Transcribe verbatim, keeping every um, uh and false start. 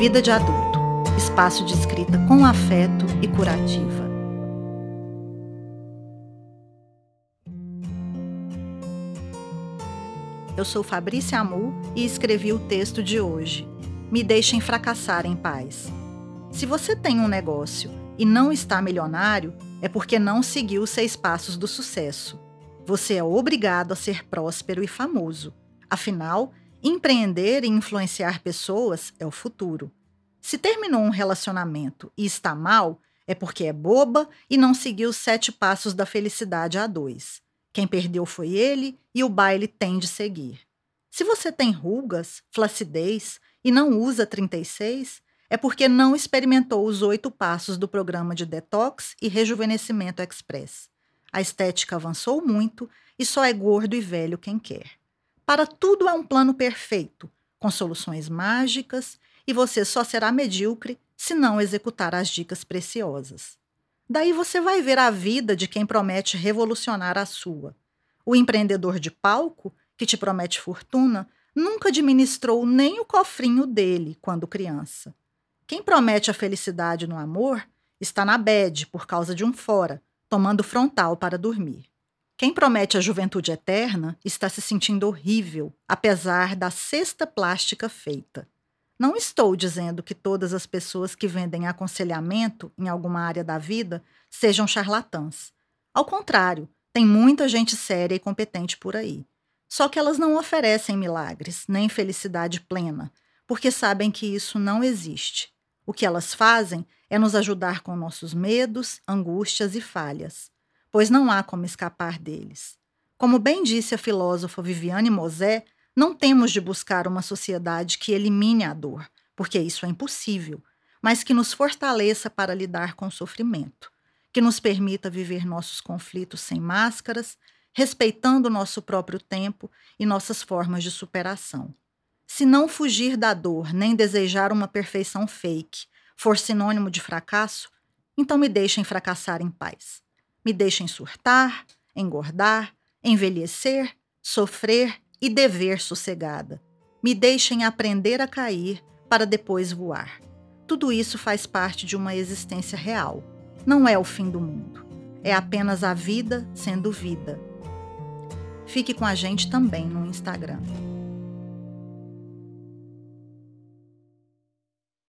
Vida de Adulto, espaço de escrita com afeto e curativa. Eu sou Fabrícia Amu e escrevi o texto de hoje. Me deixem fracassar em paz. Se você tem um negócio e não está milionário, é porque não seguiu os seis passos do sucesso. Você é obrigado a ser próspero e famoso. Afinal, empreender e influenciar pessoas é o futuro. Se terminou um relacionamento e está mal, é porque é boba e não seguiu os sete passos da felicidade a dois. Quem perdeu foi ele e o baile tem de seguir. Se você tem rugas, flacidez e não usa trinta e seis, é porque não experimentou os oito passos do programa de detox e rejuvenescimento express. A estética avançou muito e só é gordo e velho quem quer. Para tudo é um plano perfeito, com soluções mágicas, e você só será medíocre se não executar as dicas preciosas. Daí você vai ver a vida de quem promete revolucionar a sua. O empreendedor de palco, que te promete fortuna, nunca administrou nem o cofrinho dele quando criança. Quem promete a felicidade no amor está na bad por causa de um fora, tomando frontal para dormir. Quem promete a juventude eterna está se sentindo horrível, apesar da cesta plástica feita. Não estou dizendo que todas as pessoas que vendem aconselhamento em alguma área da vida sejam charlatãs. Ao contrário, tem muita gente séria e competente por aí. Só que elas não oferecem milagres, nem felicidade plena, porque sabem que isso não existe. O que elas fazem é nos ajudar com nossos medos, angústias e falhas, pois não há como escapar deles. Como bem disse a filósofa Viviane Mosé, não temos de buscar uma sociedade que elimine a dor, porque isso é impossível, mas que nos fortaleça para lidar com o sofrimento, que nos permita viver nossos conflitos sem máscaras, respeitando nosso próprio tempo e nossas formas de superação. Se não fugir da dor nem desejar uma perfeição fake for sinônimo de fracasso, então me deixem fracassar em paz. Me deixem surtar, engordar, envelhecer, sofrer e dever sossegada. Me deixem aprender a cair para depois voar. Tudo isso faz parte de uma existência real. Não é o fim do mundo. É apenas a vida sendo vida. Fique com a gente também no Instagram.